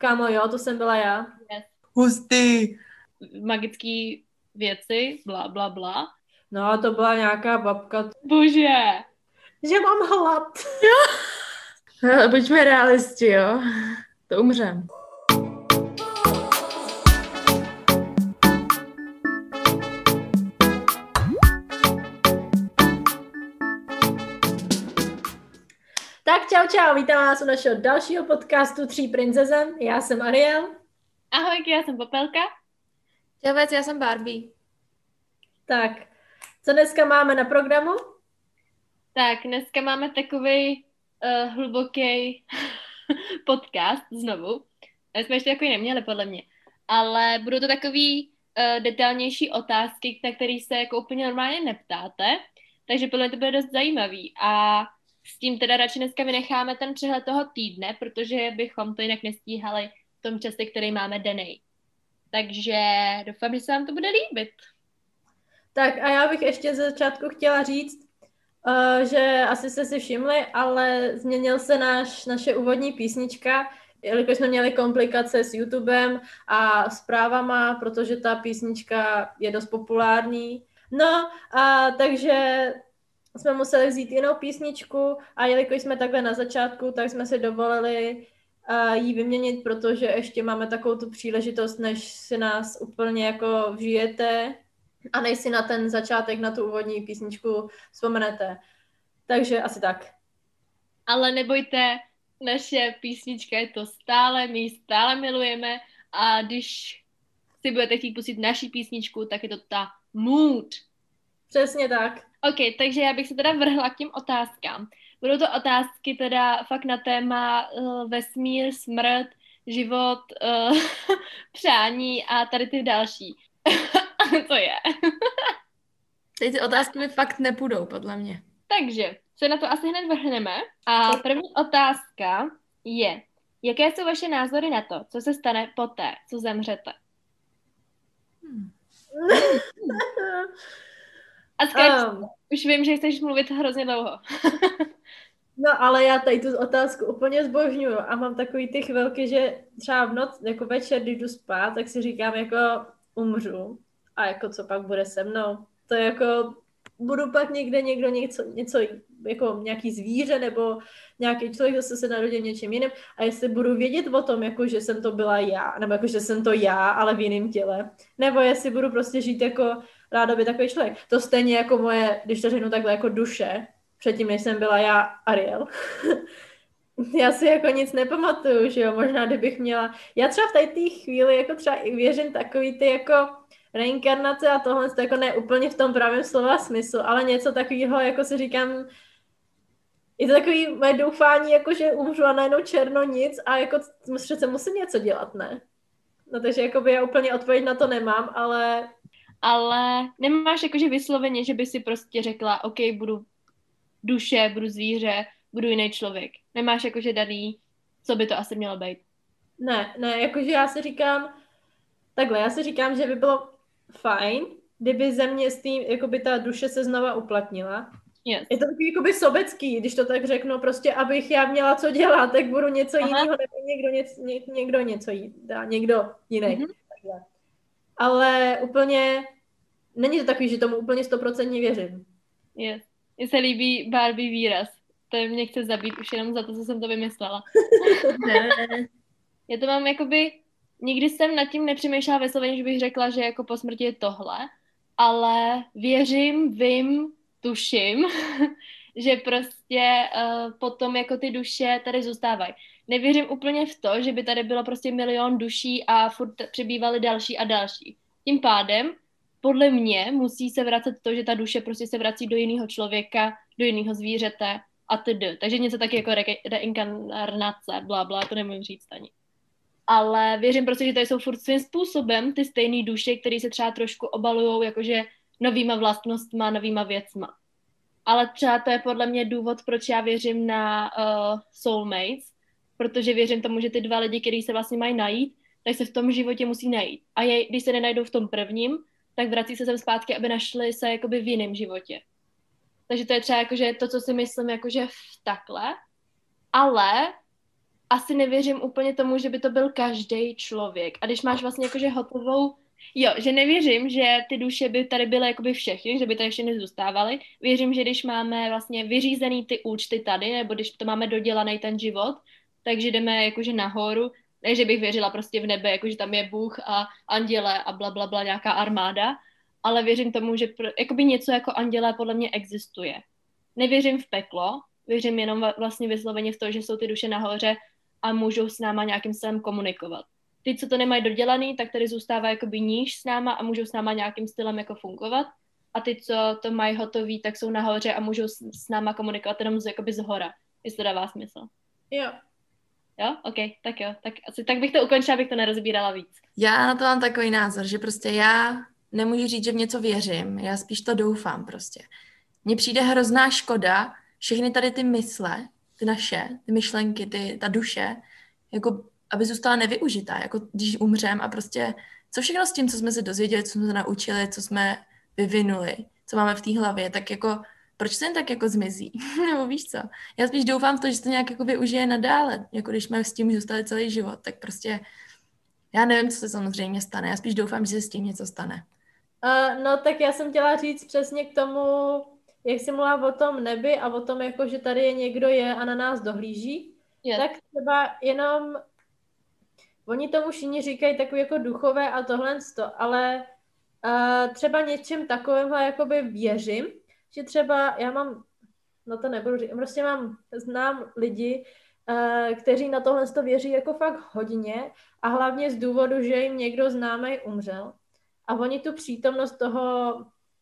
Kámo, jo, to jsem byla já. Yes. Hustý. Magický věci, bla, bla, bla. No, to byla nějaká babka. Bože. Že mám hlad. Hele, buďme realisti, jo. To umřem. Tak čau, vítám vás u našeho dalšího podcastu Tří princezem. Já jsem Ariel. Ahoj, já jsem Popelka. Čavec, já jsem Barbie. Tak, co dneska máme na programu? Tak, dneska máme takový hluboký podcast znovu. Jsme ještě takový neměli, podle mě. Ale budou to takový detailnější otázky, na které se jako úplně normálně neptáte. Takže podle mě to bude dost zajímavý. A s tím teda radši dneska vynecháme ten přehled toho týdne, protože bychom to jinak nestíhali v tom čase, který máme daný. Takže doufám, že se vám to bude líbit. Tak a já bych ještě ze začátku chtěla říct, že asi jste si všimli, ale změnil se naše úvodní písnička, jelikož jsme měli komplikace s YouTubem a zprávama, protože ta písnička je dost populární. No, a takže jsme museli vzít jinou písničku a jelikož jsme takhle na začátku, tak jsme si dovolili jí vyměnit, protože ještě máme takovou tu příležitost, než si nás úplně jako vžijete a než si na ten začátek, na tu úvodní písničku vzpomenete. Takže asi tak. Ale nebojte, naše písnička je to stále, my ji stále milujeme a když si budete chtít pustit naši písničku, tak je to ta mood. Přesně tak. OK, takže já bych se teda vrhla k těm otázkám. Budou to otázky teda fakt na téma vesmír, smrt, život, přání a tady ty další. To je. Teď ty otázky mi fakt nepůjdou, podle mě. Takže se na to asi hned vrhneme. A první otázka je, jaké jsou vaše názory na to, co se stane poté, co zemřete? A zkrátka, už vím, že chceš mluvit hrozně dlouho. No, ale já tady tu otázku úplně zbožňuju a mám takový ty chvilky, že třeba v noc, jako večer, když jdu spát, tak si říkám, jako umřu a jako co pak bude se mnou. To je jako, budu pak někde někdo něco jako nějaký zvíře nebo nějaký člověk zase se narodil něčím jiným a jestli budu vědět o tom, jako že jsem to byla já, nebo jako že jsem to já, ale v jiném těle, nebo jestli budu prostě žít jako rádoby takový člověk. To stejně jako moje, když to řeknu takhle, jako duše, předtím, než jsem byla já Ariel. Já si jako nic nepamatuju, že jo, možná kdybych měla, já třeba v té chvíli jako třeba i věřím takový ty jako reinkarnace a tohle, to jako ne úplně v tom pravém slova smyslu, ale něco takového, jako si říkám, je to takový moje doufání, jako že umřu a najednou černo nic a jako přece musím něco dělat, ne? No takže jakoby já úplně odpověď na to nemám, ale... Ale nemáš jakože vysloveně, že by si prostě řekla, OK, budu duše, budu zvíře, budu jiný člověk. Nemáš jakože daný, co by to asi mělo být. Ne, jakože já si říkám, že by bylo fajn, kdyby ze mě s tím, jakoby ta duše se znova uplatnila. Yes. Je to takový jakoby sobecký, když to tak řeknu, prostě abych já měla co dělat, tak budu něco jiného, nebo někdo něco dá, někdo jiný. Mm-hmm. Ale úplně, není to takový, že tomu úplně 100% věřím. Yes. Mně se líbí Barbie výraz. To mě chce zabít už jenom za to, co jsem to vymyslela. Ne. Já to mám jakoby, nikdy jsem nad tím nepřemýšlela vysloveně, že bych řekla, že jako po smrti je tohle, ale věřím, vím, tuším, že prostě potom jako ty duše tady zůstávají. Nevěřím úplně v to, že by tady bylo prostě milion duší a furt přibývaly další a další. Tím pádem podle mě musí se vracet to, že ta duše prostě se vrací do jiného člověka, do jiného zvířete a td. Takže něco taky jako reinkarnace, blabla, to nemůžu říct ani. Ale věřím prostě, že tady jsou furt svým způsobem ty stejné duše, které se třeba trošku obalujou jakože novýma vlastnostma, novýma věcma. Ale třeba to je podle mě důvod, proč já věřím na soulmates, protože věřím tomu, že ty dva lidi, kteří se vlastně mají najít, tak se v tom životě musí najít. A když se nenajdou v tom prvním, tak vrací se sem zpátky, aby našli se jakoby v jiném životě. Takže to je třeba jakože to, co si myslím jakože v takhle. Ale asi nevěřím úplně tomu, že by to byl každý člověk. A když máš vlastně jakože hotovou, jo, že nevěřím, že ty duše by tady byly jakoby všechny, že by tady všechny zůstávaly. Věřím, že když máme vlastně vyřízený ty účty tady, nebo když to máme dodělaný ten život, takže jdeme jakože nahoru, ne, že bych věřila prostě v nebe, jakože tam je Bůh a anděle a bla, bla, bla, nějaká armáda, ale věřím tomu, že jakoby něco jako anděle podle mě existuje. Nevěřím v peklo, věřím jenom vlastně vysloveně v to, že jsou ty duše nahoře a můžou s náma nějakým stylem komunikovat. Ty, co to nemají dodělaný, tak tady zůstávají jakoby níž s náma a můžou s náma nějakým stylem jako fungovat. A ty, co to mají hotový, tak jsou nahoře a můžou s náma komunikovat jenom jakoby z hora. Jestli to dává smysl. Jo. Jo? OK, tak jo. Tak, asi, tak bych to ukončila, abych to nerozbírala víc. Já na to mám takový názor, že prostě já nemůžu říct, že v něco věřím, já spíš to doufám prostě. Mně přijde hrozná škoda, všechny tady ty mysle, ty naše, ty myšlenky, ta duše, jako aby zůstala nevyužitá, jako když umřem a prostě co všechno s tím, co jsme se dozvěděli, co jsme se naučili, co jsme vyvinuli, co máme v té hlavě, tak jako proč se jen tak jako zmizí? Nebo víš co? Já spíš doufám v to, že se to nějak jako využije nadále, jako když jsme s tím zůstali celý život, tak prostě já nevím, co se samozřejmě stane, já spíš doufám, že se s tím něco stane. No tak já jsem chtěla říct přesně k tomu, jak jsi mluvila o tom nebi a o tom, jako, že tady je někdo a na nás dohlíží, tak třeba jenom oni tomu všichni říkají takový jako duchové a tohle, ale třeba něčem takovémhle jakoby věřím, že třeba já mám, no to nebudu říct, prostě znám lidi, kteří na tohle věří jako fakt hodně a hlavně z důvodu, že jim někdo známý umřel a oni tu přítomnost toho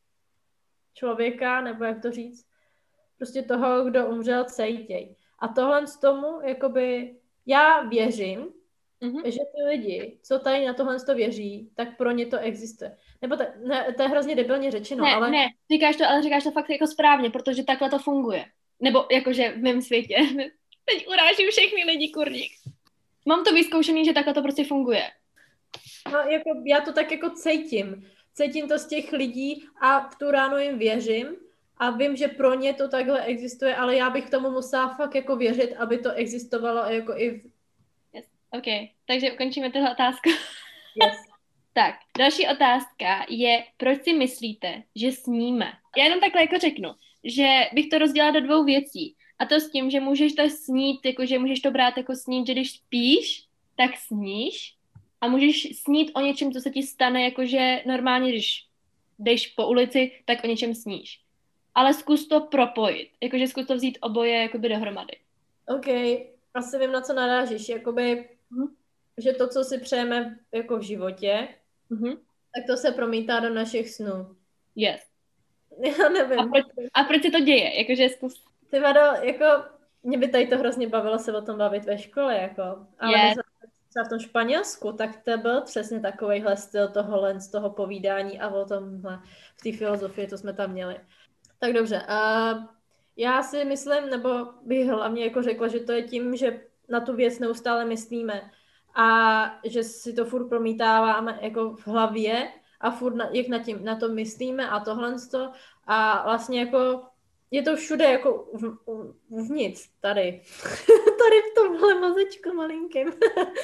člověka, nebo jak to říct, prostě toho, kdo umřel, cítěj. A tohle z tomu, jakoby, já věřím, že ty lidi, co tady na tohle věří, tak pro ně to existuje. Nebo to je hrozně debilně řečeno, ale... Ne, říkáš to fakt jako správně, protože takhle to funguje. Nebo jakože v mém světě. Teď urážím všechny lidi, kurník. Mám to vyzkoušený, že takhle to prostě funguje. No, jako, já to tak jako cítím. Cítím to z těch lidí a v tu ránu jim věřím a vím, že pro ně to takhle existuje, ale já bych tomu musela fakt jako věřit, aby to existovalo jako i v... Yes. OK, takže ukončíme tuhle otázku. Yes. Tak, další otázka je, proč si myslíte, že sníme? Já jenom takhle jako řeknu, že bych to rozdělala do dvou věcí. A to s tím, že můžeš to snít, jakože můžeš to brát jako snít, že když spíš, tak sníš. A můžeš snít o něčem, co se ti stane, jakože normálně, když jdeš po ulici, tak o něčem sníš. Ale zkus to propojit, jakože zkus to vzít oboje jakoby dohromady. OK, asi vím, na co narážíš, jakoby, že to, co si přejeme jako v životě, tak to se promítá do našich snů. Yes. Já nevím. A proč se to děje? Jakože zkus... Ty Vado, jako, mě by tady to hrozně bavilo se o tom bavit ve škole, jako. Ale Yes. třeba v tom Španělsku, tak to byl přesně takovejhle styl tohohle z toho povídání a o tomhle v té filozofii, to jsme tam měli. Tak dobře, já si myslím, nebo bych hlavně jako řekla, že to je tím, že na tu věc neustále myslíme a že si to furt promítáváme jako v hlavě a furt jak na to myslíme a tohle a vlastně jako je to všude jako uvnitř, tady. Tady v tomhle mozečku malinkým.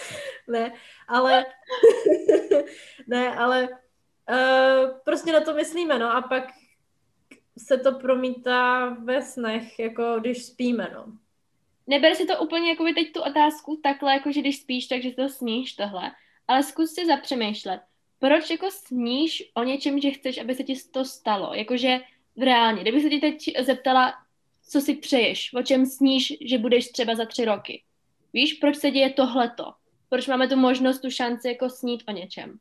Ne, ale prostě na to myslíme, no a pak se to promítá ve snech, jako když spíme, no. Neber si to úplně jako teď tu otázku takhle, jako že když spíš, takže to sníš tohle, ale zkus si zapřemýšlet, proč jako sníš o něčem, že chceš, aby se ti to stalo, jakože reálně, kdybych se ti teď zeptala, co si přeješ, o čem sníš, že budeš třeba za 3 roky. Víš, proč se děje tohleto? Proč máme tu možnost, tu šanci jako snít o něčem?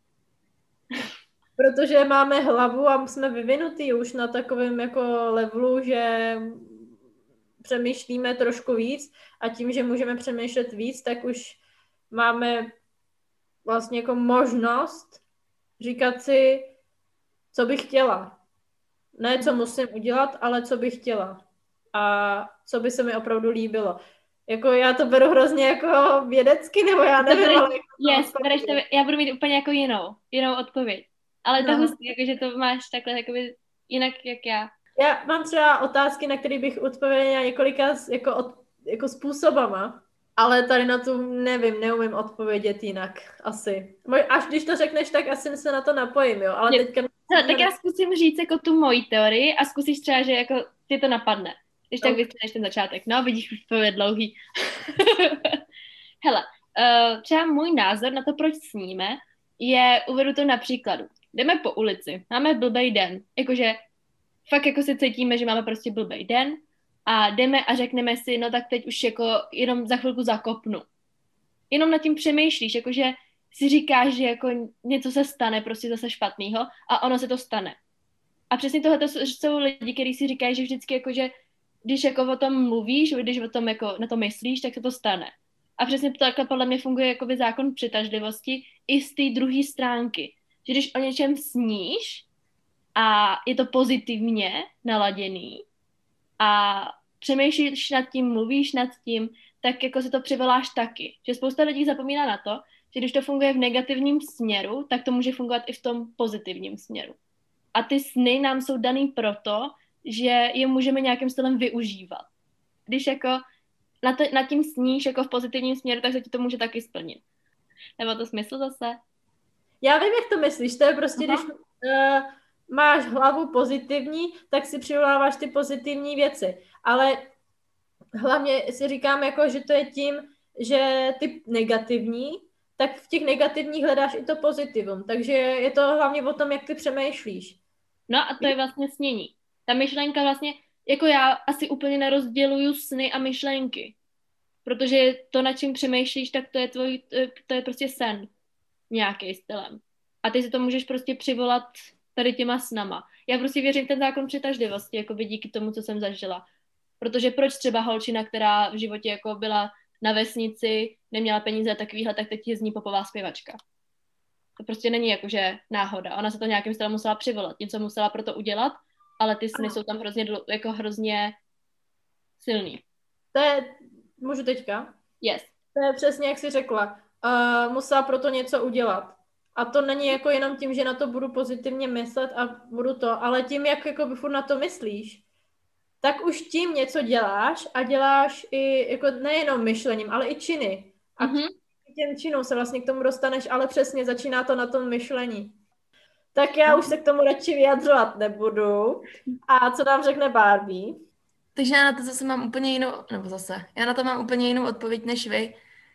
Protože máme hlavu a jsme vyvinutý už na takovém jako levelu, že přemýšlíme trošku víc a tím, že můžeme přemýšlet víc, tak už máme vlastně jako možnost říkat si, co bych chtěla. Ne, co musím udělat, ale co bych chtěla. A co by se mi opravdu líbilo. Jako já to beru hrozně jako vědecky, nebo já nevím, ale... Já budu mít úplně jako jinou odpověď. Ale to hustý, jakože to máš takhle jakoby jinak, jak já. Já mám třeba otázky, na které bych odpověděla několika jako způsobama. Ale tady na to nevím, neumím odpovědět jinak asi. Až když to řekneš, tak asi se na to napojím, jo, ale teďka... Hele, tak já zkusím říct jako tu moji teorii a zkusíš třeba, že jako ti to napadne. Když tak vystřelíš ten začátek. No, vidíš, už to je dlouhý. Hele, třeba můj názor na to, proč sníme, je, uvedu to na příkladu. Jdeme po ulici, máme blbej den, jakože fakt jako se cítíme, že máme prostě blbej den a jdeme a řekneme si, no tak teď už jako jenom za chvilku zakopnu. Jenom nad tím přemýšlíš, jakože si říkáš, že jako něco se stane prostě zase špatného a ono se to stane. A přesně tohle jsou lidi, kteří si říkají, že vždycky jakože, když jako o tom mluvíš, když o tom jako na to myslíš, tak se to stane. A přesně takhle podle mě funguje jakoby zákon přitažlivosti i z té druhé stránky. Že když o něčem sníš a je to pozitivně naladěný a přemýšlíš nad tím, mluvíš nad tím, tak jako si to přivoláš taky. Že spousta lidí zapomíná na to, že když to funguje v negativním směru, tak to může fungovat i v tom pozitivním směru. A ty sny nám jsou daný proto, že je můžeme nějakým stylem využívat. Když jako nad tím sníš jako v pozitivním směru, tak se ti to může taky splnit. Nebo to smysl zase? Já vím, jak to myslíš. To je prostě, když máš hlavu pozitivní, tak si přivoláváš ty pozitivní věci. Ale hlavně si říkám, jako, že to je tím, že ty negativní, tak v těch negativních hledáš i to pozitivum. Takže je to hlavně o tom, jak ty přemýšlíš. No a to je vlastně snění. Ta myšlenka vlastně, jako já asi úplně nerozděluju sny a myšlenky. Protože to, nad čím přemýšlíš, tak to je prostě sen nějaký stylem. A ty si to můžeš prostě přivolat tady těma snama. Já prostě věřím v ten zákon přitažlivosti, jako by díky tomu, co jsem zažila. Protože proč třeba holčina, která v životě jako byla na vesnici, neměla peníze a takovýhle, tak teď je z ní popová zpěvačka. To prostě není jakože náhoda. Ona se to nějakým stylem musela přivolat. Něco musela pro to udělat, ale ty sny jsou tam hrozně silný. To je, můžu teďka? Yes. To je přesně, jak jsi řekla. Musela pro to něco udělat. A to není jako jenom tím, že na to budu pozitivně myslet a budu to, ale tím, jak jako furt na to myslíš, tak už tím něco děláš a děláš i jako nejenom myšlením, ale i činy. A těm činům se vlastně k tomu dostaneš, ale přesně začíná to na tom myšlení. Tak já už se k tomu radši vyjadřovat nebudu. A co nám řekne Barbie? Takže já na to zase mám úplně jinou, já na to mám úplně jinou odpověď než vy.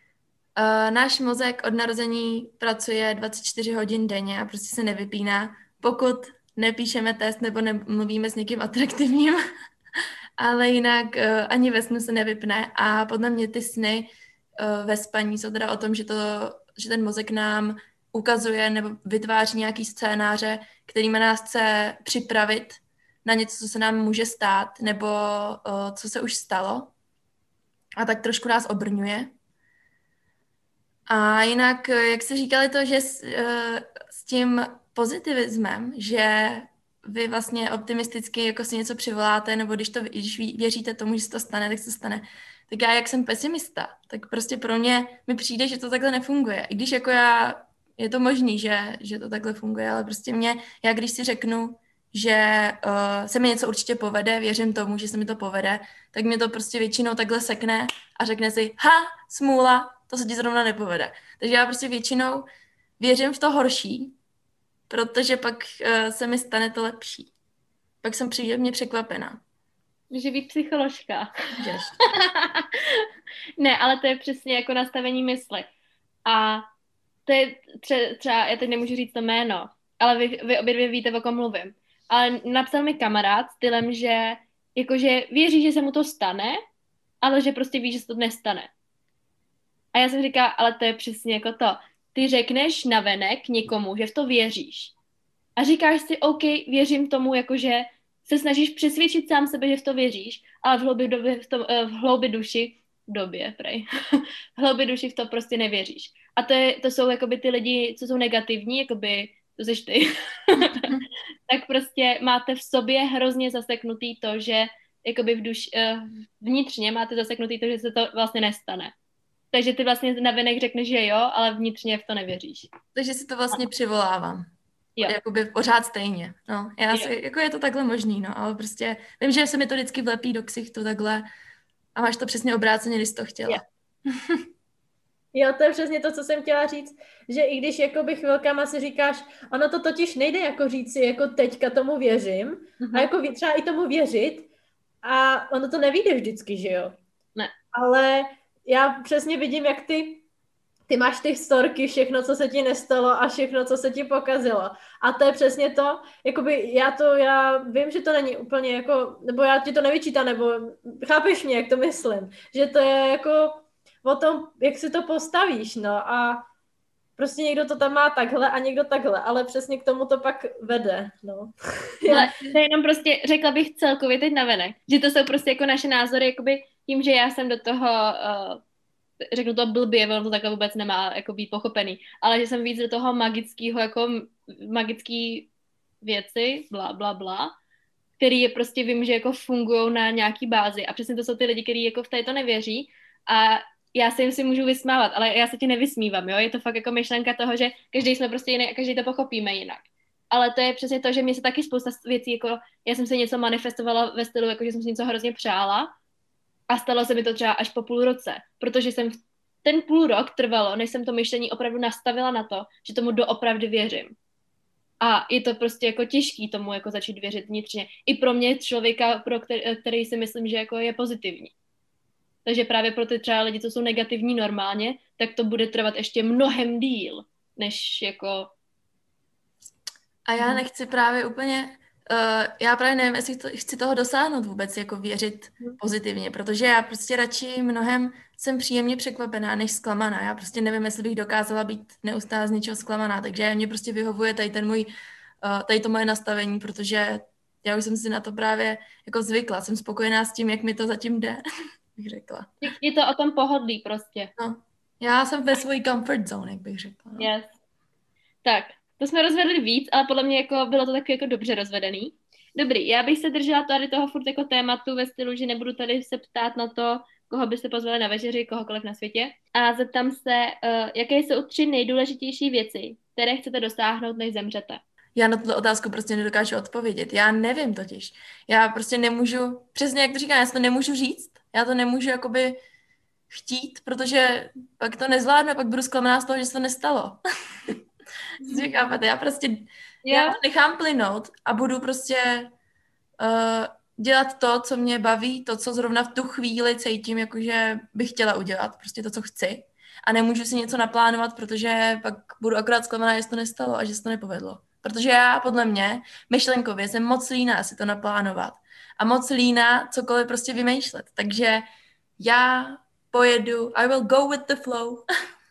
Náš mozek od narození pracuje 24 hodin denně a prostě se nevypíná, pokud nepíšeme test nebo nemluvíme s někým atraktivním, ale jinak ani ve snu se nevypne a podle mě ty sny ve spaní jsou teda o tom, že ten mozek nám ukazuje nebo vytváří nějaký scénáře, kterými nás chce připravit na něco, co se nám může stát nebo co se už stalo a tak trošku nás obrňuje. A jinak, jak jste říkali to, že s tím pozitivismem, že vy vlastně optimisticky jako si něco přivoláte, nebo když věříte tomu, že se to stane, tak se to stane. Tak já, jak jsem pesimista, tak prostě pro mě mi přijde, že to takhle nefunguje. I když jako je to možný, že to takhle funguje, ale prostě já když si řeknu, že se mi něco určitě povede, věřím tomu, že se mi to povede, tak mě to prostě většinou takhle sekne a řekne si, smůla, to se ti zrovna nepovede. Takže já prostě většinou věřím v to horší, protože pak se mi stane to lepší. Pak jsem příjemně překvapená. Může být psycholožka. Ne, ale to je přesně jako nastavení mysli. A to je třeba, já teď nemůžu říct to jméno, ale vy obě dvě víte, o kom mluvím. Ale napsal mi kamarád stylem, že jakože věří, že se mu to stane, ale že prostě ví, že se to nestane. A já jsem říkala, ale to je přesně jako to. Ty řekneš navenek někomu, že v to věříš. A říkáš si, OK, věřím tomu, jakože se snažíš přesvědčit sám sebe, že v to věříš, ale v hloubi duši v to prostě nevěříš. A to jsou jakoby ty lidi, co jsou negativní, jakoby, to seš ty, tak prostě máte v sobě hrozně zaseknutý to, že jakoby vnitřně máte zaseknutý to, že se to vlastně nestane. Takže ty vlastně navenek řekneš, že jo, ale vnitřně v to nevěříš. Takže si to vlastně přivolávám. Jo. Jakoby pořád stejně. No, jako je to takhle možný, no, ale prostě vím, že se mi to vždycky vlepí do ksichtu takhle a máš to přesně obráceně, když jsi to chtěla. Jo, to je přesně to, co jsem chtěla říct, že i když jakoby chvilkama si říkáš, ono to totiž nejde jako říct si, jako teďka tomu věřím, a jako třeba i tomu věřit, a ono to nevyjde vždycky, že jo? Ne. Ale já přesně vidím, jak ty máš ty storky, všechno, co se ti nestalo a všechno, co se ti pokazilo. A to je přesně to, jakoby já vím, že to není úplně jako, nebo já ti to nevyčítám, nebo chápeš mě, jak to myslím, že to je jako o tom, jak si to postavíš, no a prostě někdo to tam má takhle a někdo takhle, ale přesně k tomu to pak vede, no. Ale to je jenom prostě, řekla bych celkově teď navenek, že to jsou prostě jako naše názory, jakoby tím, že já jsem do toho, řeknu to blbě, ono to takhle vůbec nemá jako být pochopený, ale že jsem víc do toho magického, jako magický věci, bla, bla, bla, který je prostě vím, že jako fungujou na nějaký bázi a přesně to jsou ty lidi, kteří jako v této nevěří a já se jim si můžu vysmávat, ale já se ti nevysmívám, jo, je to fakt jako myšlenka toho, že každý jsme prostě jiný a každý to pochopíme jinak. Ale to je přesně to, že mě se taky spousta věcí, jako já jsem se něco manifestovala ve stylu, jako že jsem si něco hrozně přála a stalo se mi to třeba až po půl roce, protože jsem ten půl rok trvalo, než jsem to myšlení opravdu nastavila na to, že tomu doopravdy věřím. A je to prostě jako těžký tomu jako začít věřit vnitřně. I pro mě člověka, který si myslím, že jako je pozitivní. Takže právě pro ty třeba lidi, co jsou negativní normálně, tak to bude trvat ještě mnohem díl, než jako... A já nechci právě úplně, já právě nevím, jestli chci toho dosáhnout vůbec, jako věřit pozitivně, protože já prostě radši mnohem jsem příjemně překvapená, než zklamaná. Já prostě nevím, jestli bych dokázala být neustále z něčeho zklamaná, takže mě prostě vyhovuje tady to moje nastavení, protože já už jsem si na to právě jako zvykla, jsem spokojená s tím, jak mi to zatím jde, bych řekla. Je to o tom pohodlí prostě. No, já jsem ve své comfort zone, jak bych řekla. No. Yes. Tak, to jsme rozvedli víc, ale podle mě jako bylo to taky jako dobře rozvedený. Dobrý, já bych se držela tady toho furt jako tématu ve stylu, že nebudu tady se ptát na to, koho byste pozvali na večeři, kohokoliv na světě. A zeptám se, jaké jsou 3 nejdůležitější věci, které chcete dosáhnout, než zemřete. Já na tuto otázku prostě nedokážu odpovědět. Já nevím totiž. Já prostě nemůžu, přesně jak to říkám, já si to nemůžu říct. Já to nemůžu jakoby chtít, protože pak to nezvládnu a pak budu zklamaná z toho, že se to nestalo. Chápete? Já to nechám plynout a budu prostě dělat to, co mě baví, to, co zrovna v tu chvíli cítím, jakože bych chtěla udělat, prostě to, co chci. A nemůžu si něco naplánovat, protože pak budu akorát zklamaná, že se to nestalo a že se to nepovedlo. Protože já, podle mě, myšlenkově jsem moc líná si to naplánovat. A moc líná cokoliv prostě vymýšlet. Takže já pojedu, I will go with the flow.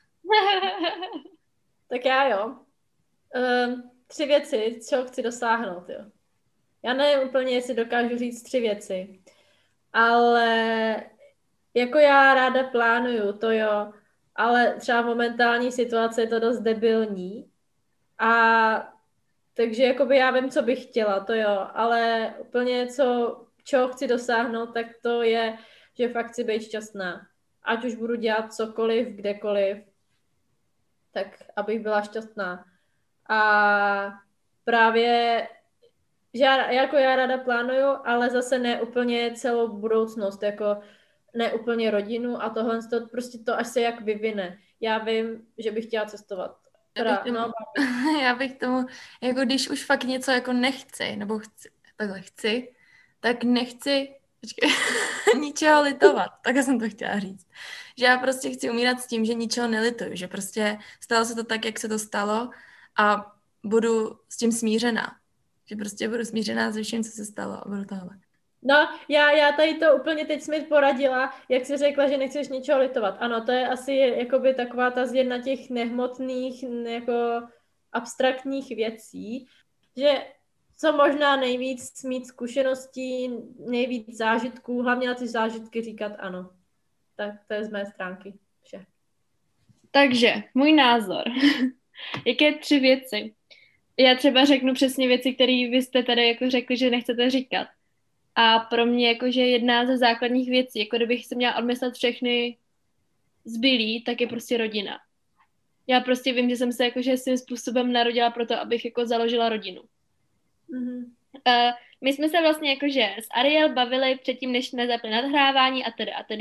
Tak já jo. 3 věci, čeho chci dosáhnout, jo. Já nevím úplně, jestli dokážu říct 3 věci, ale jako já ráda plánuju, to jo, ale třeba momentální situace je to dost debilní a takže jakoby já vím, co bych chtěla, to jo, ale úplně čeho chci dosáhnout, tak to je, že fakt chci být šťastná. Ať už budu dělat cokoliv, kdekoliv, tak abych byla šťastná. A právě, že já ráda plánuju, ale zase ne úplně celou budoucnost, jako ne úplně rodinu a tohle, prostě to až se jak vyvine. Já vím, že bych chtěla cestovat. Já bych tomu, jako když už fakt něco jako nechci, nebo chci, tak nechci ničeho litovat. Tak jsem to chtěla říct. Že já prostě chci umírat s tím, že ničeho nelituju, že prostě stalo se to tak, jak se to stalo a budu s tím smířená. Že prostě budu smířená se vším, co se stalo a budu tohle. No, já tady to úplně teď mi poradila, jak jsi řekla, že nechceš ničeho litovat. Ano, to je asi jakoby taková ta jedna těch nehmotných, jako abstraktních věcí, že co možná nejvíc mít zkušeností, nejvíc zážitků, hlavně na ty zážitky říkat ano. Tak to je z mé stránky vše. Takže, můj názor. Jaké 3 věci? Já třeba řeknu přesně věci, které vy jste tady jako řekli, že nechcete říkat. A pro mě jakože jedna ze základních věcí, jako kdybych se měla odmyslet všechny zbylí, tak je prostě rodina. Já prostě vím, že jsem se jakože svým způsobem narodila proto, abych jako založila rodinu. Mm-hmm. My jsme se vlastně jakože s Ariel bavili předtím, než jsme zapli nadhrávání a tedy.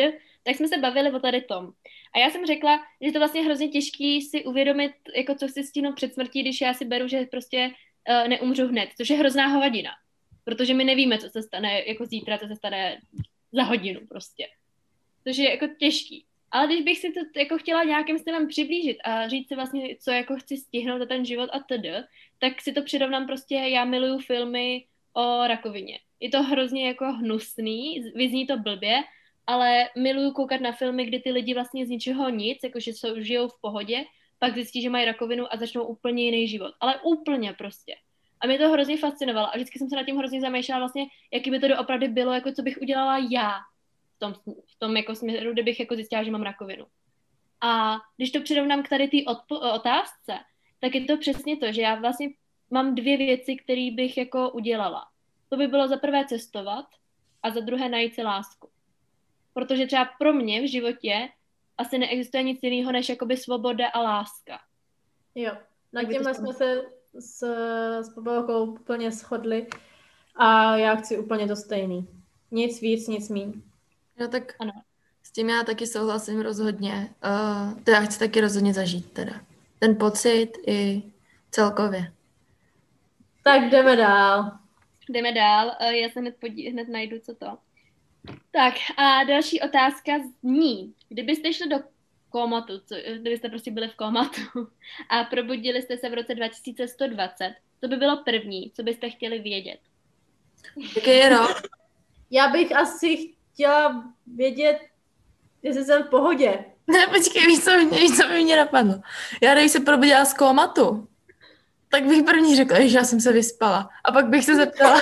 tak jsme se bavili o tady tom. A já jsem řekla, že to vlastně hrozně těžký si uvědomit, jako co si stihnout před smrtí, když já si beru, že prostě neumřu hned, což je hrozná hovadina. Protože my nevíme, co se stane jako zítra, co se stane za hodinu prostě. Což je jako těžký. Ale když bych si to jako chtěla nějakým stylem přiblížit a říct si vlastně, co jako chci stihnout za ten život a td., tak si to přirovnám prostě, já miluju filmy o rakovině. Je to hrozně jako hnusný, vyzní to blbě, ale miluju koukat na filmy, kdy ty lidi vlastně z ničeho nic, jakože žijou v pohodě, pak zjistí, že mají rakovinu a začnou úplně jiný život. Ale úplně prostě. A mě to hrozně fascinovalo a vždycky jsem se nad tím hrozně zamýšlela vlastně, jaký by to doopravdy bylo, jako co bych udělala já v tom jako směru, kdybych jako zjistila, že mám rakovinu. A když to přirovnám k tady té otázce, tak je to přesně to, že já vlastně mám 2 věci, které bych jako udělala. To by bylo za prvé cestovat a za druhé najít si lásku. Protože třeba pro mě v životě asi neexistuje nic jiného, než jakoby svoboda a láska. Jo, na tímhle jsme se s Pobelkou úplně shodli a já chci úplně to stejný. Nic víc, nic míň. Jo, tak ano. S tím já taky souhlasím rozhodně. To já chci taky rozhodně zažít teda. Ten pocit i celkově. Tak jdeme dál. Jdeme dál, já se hned najdu, co to. Tak a další otázka zní, kdybyste šli do kómatu, kdybyste prostě byli v kómatu a probudili jste se v roce 2120, to by bylo první, co byste chtěli vědět. Jaký je rok? Já bych asi chtěla vědět, jestli jsem v pohodě. Ne, počkej, víš, co by mě napadlo. Já když se probudila z kómatu, tak bych první řekla, že já jsem se vyspala. A pak bych se zeptala,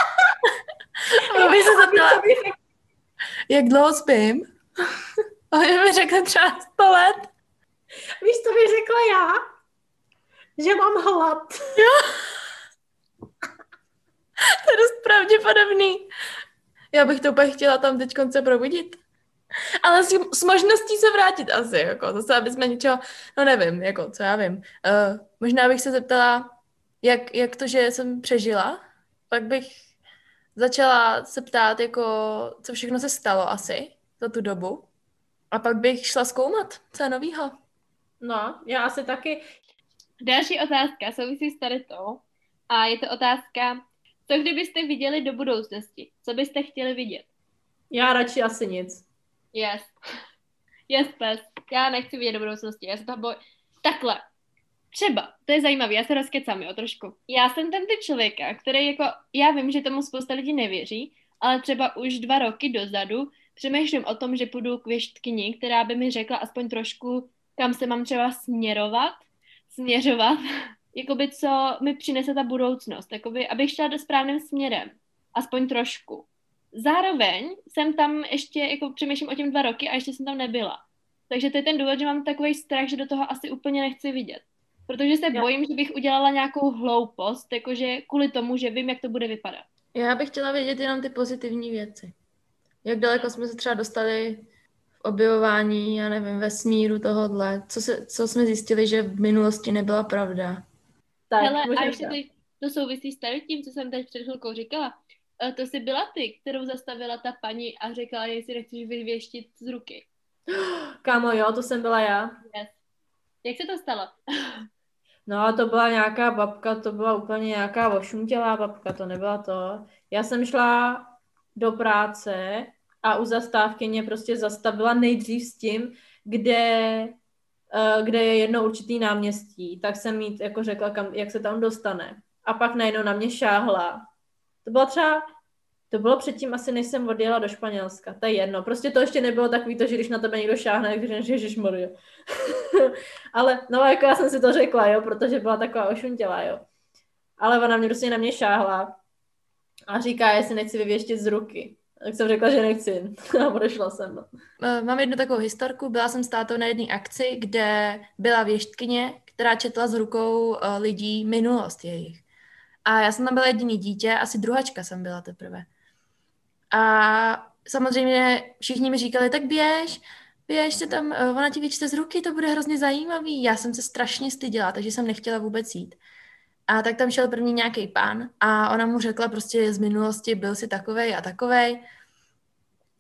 jak dlouho spím? A já mi řekla třeba 100 let. Víš, co bych řekla já? Že mám hlad. Jo. To je dost pravděpodobný. Já bych to úplně chtěla tam teď se probudit. Ale s možností se vrátit asi, jako zase, aby jsme něčeho, no nevím, jako co já vím. Možná bych se zeptala, jak to, že jsem přežila, pak bych začala se ptát, jako, co všechno se stalo asi za tu dobu. A pak bych šla zkoumat, co je novýho. No, já asi taky. Další otázka souvisí s tady to. A je to otázka, co kdybyste viděli do budoucnosti? Co byste chtěli vidět? Já radši asi nic. Yes. Yes, pes. Já nechci vidět do budoucnosti. Já se toho bojím. Takhle. Třeba, to je zajímavé, já se rozkecám, jo, trošku. Já jsem ten typ člověka, který jako, já vím, že tomu spousta lidí nevěří, ale třeba už 2 roky dozadu přemýšlím o tom, že půjdu k věštkyni, která by mi řekla aspoň trošku, kam se mám třeba směřovat, jakoby co mi přinese ta budoucnost, jakoby, abych šla do správným směrem, aspoň trošku. Zároveň jsem tam ještě, jako přemýšlím o těm 2 roky a ještě jsem tam nebyla. Takže to je ten důvod, že mám takový strach, že do toho asi úplně nechci vidět. Protože se bojím, že bych udělala nějakou hloupost, jakože kvůli tomu, že vím, jak to bude vypadat. Já bych chtěla vědět jenom ty pozitivní věci. Jak daleko jsme se třeba dostali v objevování, já nevím, vesmíru tohodle. Co jsme zjistili, že v minulosti nebyla pravda. Tak, hele, a ještě to souvisí s tady tím, co jsem teď před chvilkou říkala. To jsi byla ty, kterou zastavila ta paní a řekla, jestli nechceš vyvěštit z ruky. Kámo, jo, to jsem byla já. Yes. Jak se to stalo? No, to byla nějaká babka, to byla úplně nějaká ošuntělá babka, to nebyla to. Já jsem šla do práce a u zastávky mě prostě zastavila nejdřív s tím, kde je jedno určitý náměstí, tak jsem jí jako řekla, jak se tam dostane. A pak najednou na mě šáhla. To bylo předtím asi, než jsem odjela do Španělska. To je jedno. Prostě to ještě nebylo takový to, že když na tebe někdo šáhne, tak říkáš, ježišmarja. Ale no, jako já jsem si to řekla, jo, protože byla taková ošuntělá, jo. Ale ona mě prostě na mě šáhla a říká, jestli nechci vyvěštit z ruky. Tak jsem řekla, že nechci. A odešla jsem. No. Mám jednu takovou historku. Byla jsem s tátou na jedné akci, kde byla věštkyně, která četla z rukou lidí minulost jejich. A já jsem tam byla jediný dítě, asi druhačka jsem byla teprve. A samozřejmě všichni mi říkali, tak běž se tam, ona ti vyčte z ruky, to bude hrozně zajímavý. Já jsem se strašně styděla, takže jsem nechtěla vůbec jít. A tak tam šel první nějaký pán a ona mu řekla prostě z minulosti, byl si takovej a takovej.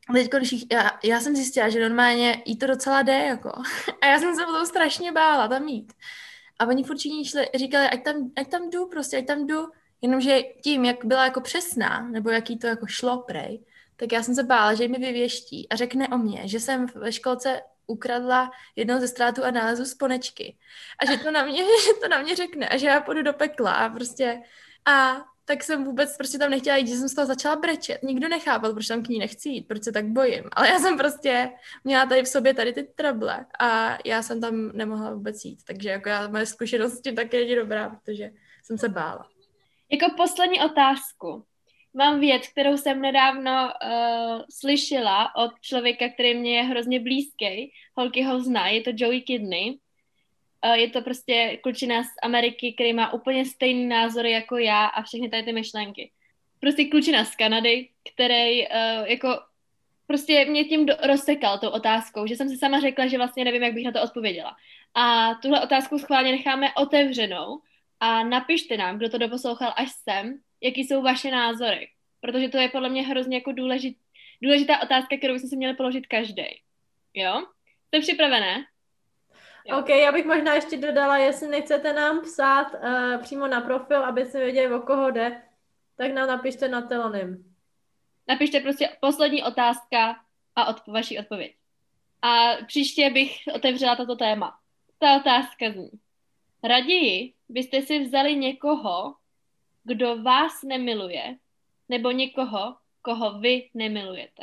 teď, když já jsem zjistila, že normálně jí to docela jde, jako. A já jsem se potom strašně bála tam jít. A oni furt všichni říkali, ať tam jdu prostě, ať tam jdu. Jenomže tím, jak byla jako přesná, nebo jaký to jako šlo prej, tak já jsem se bála, že mi vyvěští a řekne o mě, že jsem ve školce ukradla jednou ze ztrátů a nálezu z Ponečky. A že to na mě řekne a že já půjdu do pekla a prostě... A tak jsem vůbec prostě tam nechtěla jít, že jsem z toho začala brečet. Nikdo nechápal, proč tam k ní nechci jít, proč se tak bojím. Ale já jsem prostě měla tady v sobě tady ty trable a já jsem tam nemohla vůbec jít. Takže jako moje zkušenost s tím taky není dobrá, protože jsem se bála. Jako poslední otázku. Mám věc, kterou jsem nedávno slyšela od člověka, který mě je hrozně blízký. Holky ho znají, je to Joey Kidney. Je to prostě klučina z Ameriky, který má úplně stejný názory jako já a všechny tady ty myšlenky. Prostě klučina z Kanady, který jako prostě mě tím rozsekal tou otázkou, že jsem si sama řekla, že vlastně nevím, jak bych na to odpověděla. A tuhle otázku schválně necháme otevřenou a napište nám, kdo to doposlouchal až sem, jaký jsou vaše názory. Protože to je podle mě hrozně jako důležitá otázka, kterou bychom si měli položit každý. Jo? Jste připravené? Jo. OK, já bych možná ještě dodala, jestli nechcete nám psát přímo na profil, aby si věděli, o koho jde, tak nám napište na Telonym. Napište prostě poslední otázka a vaši odpověď. A příště bych otevřela toto téma. Ta otázka zní. Raději byste si vzali někoho, kdo vás nemiluje, nebo někoho, koho vy nemilujete?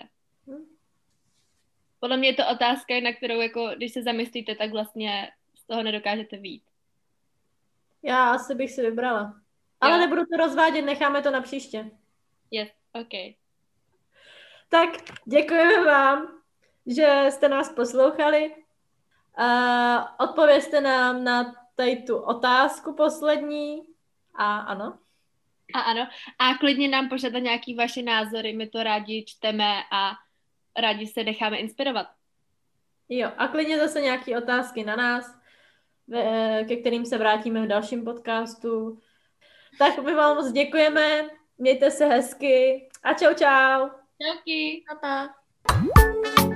Podle mě je to otázka, na kterou, jako, když se zamyslíte, tak vlastně z toho nedokážete vyjít. Já asi bych si vybrala. Ale nebudu to rozvádět, necháme to na příště. Yes, OK. Tak děkujeme vám, že jste nás poslouchali. Odpovězte nám na tady tu otázku poslední. A ano. A ano. A klidně nám pošlete nějaký vaše názory, my to rádi čteme a rádi se necháme inspirovat. Jo, a klidně zase nějaké otázky na nás, ke kterým se vrátíme v dalším podcastu. Tak my vám moc děkujeme, mějte se hezky a čau čau. Čauky. Pa.